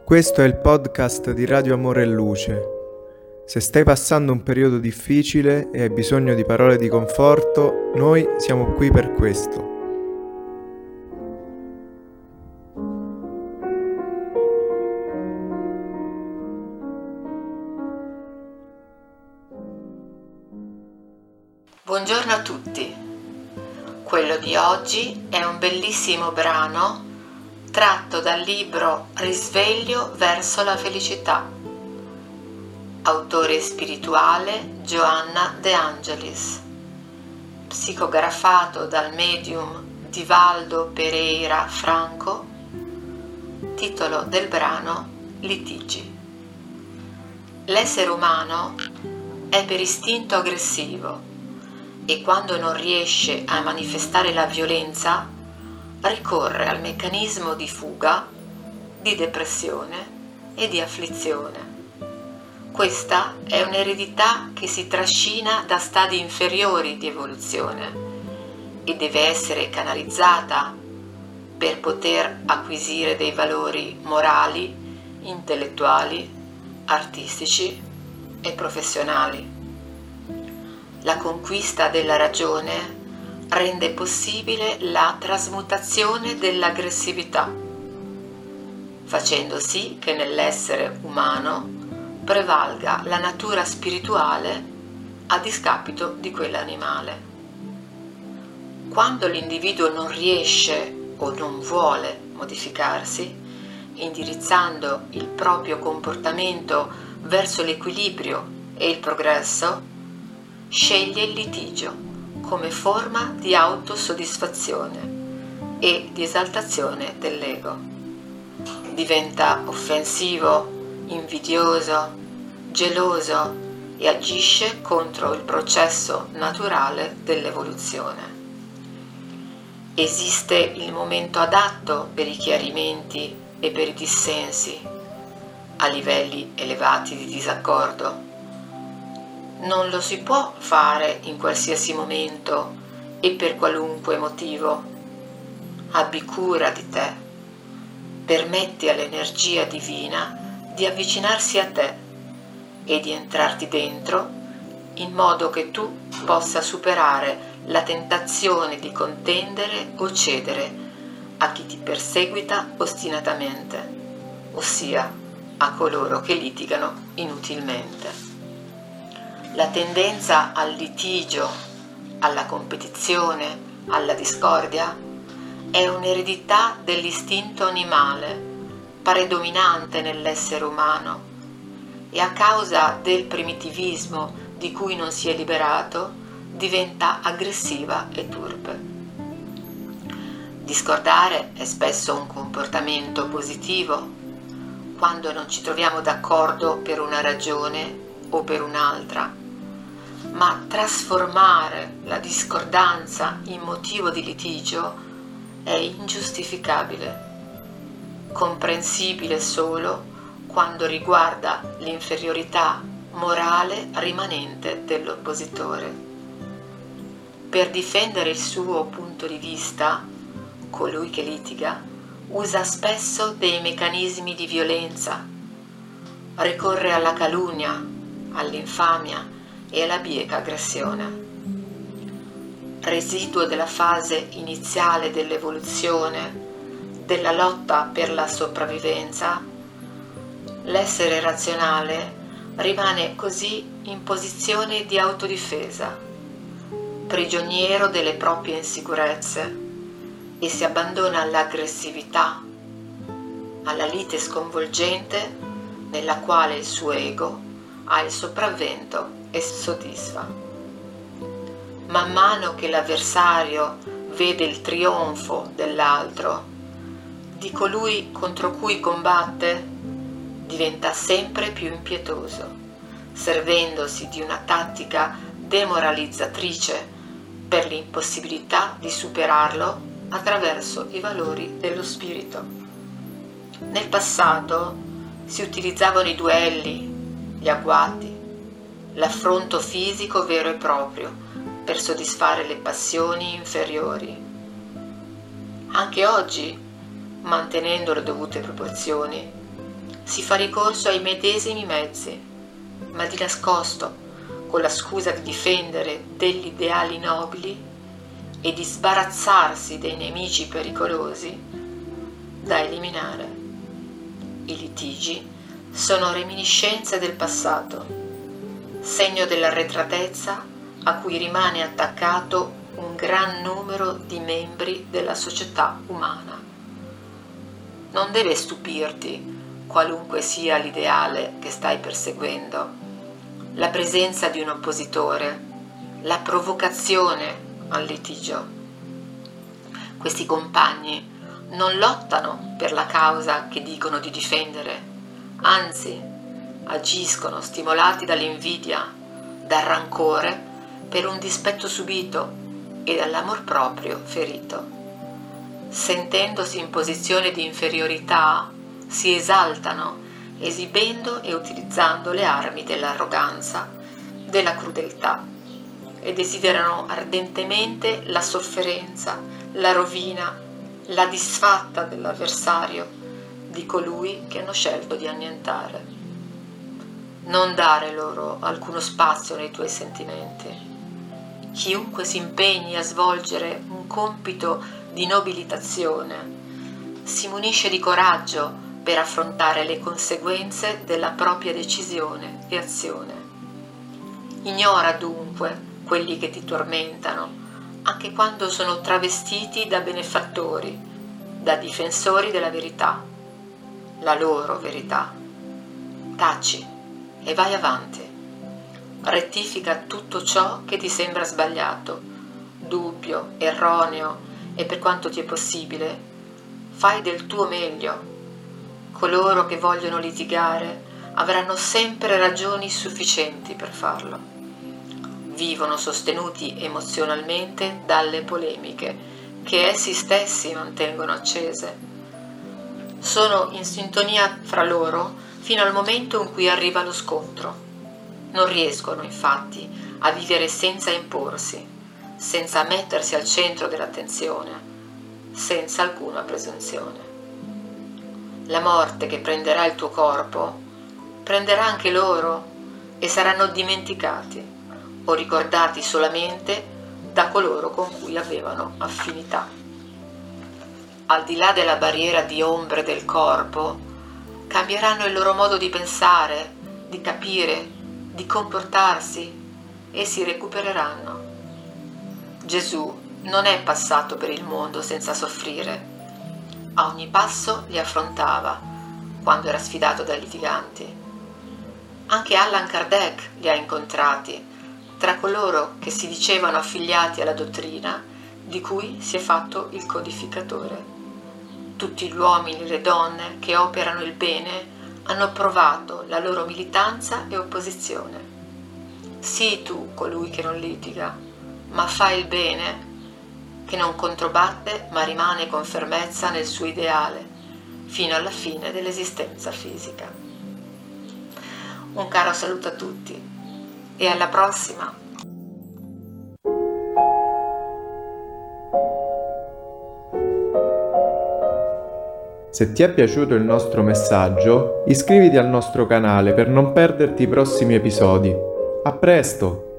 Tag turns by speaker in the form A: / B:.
A: Questo è il podcast di Radio Amore e Luce. Se stai passando un periodo difficile e hai bisogno di parole di conforto, noi siamo qui per questo.
B: Buongiorno a tutti. Quello di oggi è un bellissimo brano tratto dal libro Risveglio verso la felicità. Autore spirituale Joanna De Angelis. Psicografato dal medium Divaldo Pereira Franco. Titolo del brano Litigi. L'essere umano è per istinto aggressivo e quando non riesce a manifestare la violenza ricorre al meccanismo di fuga, di depressione e di afflizione. Questa è un'eredità che si trascina da stadi inferiori di evoluzione e deve essere canalizzata per poter acquisire dei valori morali, intellettuali, artistici e professionali. La conquista della ragione rende possibile la trasmutazione dell'aggressività, facendo sì che nell'essere umano prevalga la natura spirituale a discapito di quella animale. Quando l'individuo non riesce o non vuole modificarsi, indirizzando il proprio comportamento verso l'equilibrio e il progresso, sceglie il litigio come forma di autosoddisfazione e di esaltazione dell'ego. Diventa offensivo, invidioso, geloso e agisce contro il processo naturale dell'evoluzione. Esiste il momento adatto per i chiarimenti e per i dissensi a livelli elevati di disaccordo. Non lo si può fare in qualsiasi momento e per qualunque motivo. Abbi cura di te. Permetti all'energia divina di avvicinarsi a te e di entrarti dentro in modo che tu possa superare la tentazione di contendere o cedere a chi ti perseguita ostinatamente, ossia a coloro che litigano inutilmente. La tendenza al litigio, alla competizione, alla discordia è un'eredità dell'istinto animale, predominante nell'essere umano e a causa del primitivismo di cui non si è liberato diventa aggressiva e turpe. Discordare è spesso un comportamento positivo quando non ci troviamo d'accordo per una ragione o per un'altra, ma trasformare la discordanza in motivo di litigio è ingiustificabile, comprensibile solo quando riguarda l'inferiorità morale rimanente dell'oppositore. Per difendere il suo punto di vista, colui che litiga usa spesso dei meccanismi di violenza, ricorre alla calunnia, all'infamia e alla bieca aggressione. Residuo della fase iniziale dell'evoluzione, della lotta per la sopravvivenza, l'essere razionale rimane così in posizione di autodifesa, prigioniero delle proprie insicurezze e si abbandona all'aggressività, alla lite sconvolgente nella quale il suo ego ha il sopravvento e soddisfa. Man mano che l'avversario vede il trionfo dell'altro, di colui contro cui combatte, diventa sempre più impietoso, servendosi di una tattica demoralizzatrice per l'impossibilità di superarlo attraverso i valori dello spirito. Nel passato si utilizzavano i duelli, gli agguati, l'affronto fisico vero e proprio per soddisfare le passioni inferiori. Anche oggi, mantenendo le dovute proporzioni, si fa ricorso ai medesimi mezzi, ma di nascosto, con la scusa di difendere degli ideali nobili e di sbarazzarsi dei nemici pericolosi da eliminare. I litigi sono reminiscenze del passato, segno dell'arretratezza a cui rimane attaccato un gran numero di membri della società umana. Non deve stupirti, qualunque sia l'ideale che stai perseguendo, la presenza di un oppositore, la provocazione al litigio. Questi compagni non lottano per la causa che dicono di difendere, anzi agiscono stimolati dall'invidia, dal rancore per un dispetto subito e dall'amor proprio ferito. Sentendosi in posizione di inferiorità, si esaltano, esibendo e utilizzando le armi dell'arroganza, della crudeltà, e desiderano ardentemente la sofferenza, la rovina, la disfatta dell'avversario, di colui che hanno scelto di annientare. Non dare loro alcuno spazio nei tuoi sentimenti. Chiunque si impegni a svolgere un compito di nobilitazione si munisce di coraggio per affrontare le conseguenze della propria decisione e azione. Ignora dunque quelli che ti tormentano, anche quando sono travestiti da benefattori, da difensori della verità, la loro verità. Taci e vai avanti. Rettifica tutto ciò che ti sembra sbagliato, dubbio, erroneo, e per quanto ti è possibile, fai del tuo meglio. Coloro che vogliono litigare avranno sempre ragioni sufficienti per farlo. Vivono sostenuti emozionalmente dalle polemiche che essi stessi mantengono accese. Sono in sintonia fra loro fino al momento in cui arriva lo scontro. Non riescono, infatti, a vivere senza imporsi, senza mettersi al centro dell'attenzione, senza alcuna presunzione. La morte che prenderà il tuo corpo prenderà anche loro e saranno dimenticati o ricordati solamente da coloro con cui avevano affinità. Al di là della barriera di ombre del corpo, cambieranno il loro modo di pensare, di capire, di comportarsi e si recupereranno. Gesù non è passato per il mondo senza soffrire. A ogni passo li affrontava quando era sfidato dai litiganti. Anche Allan Kardec li ha incontrati tra coloro che si dicevano affiliati alla dottrina di cui si è fatto il codificatore. Tutti gli uomini e le donne che operano il bene hanno provato la loro militanza e opposizione. Sii tu colui che non litiga, ma fa il bene, che non controbatte ma rimane con fermezza nel suo ideale, fino alla fine dell'esistenza fisica. Un caro saluto a tutti e alla prossima!
A: Se ti è piaciuto il nostro messaggio, iscriviti al nostro canale per non perderti i prossimi episodi. A presto!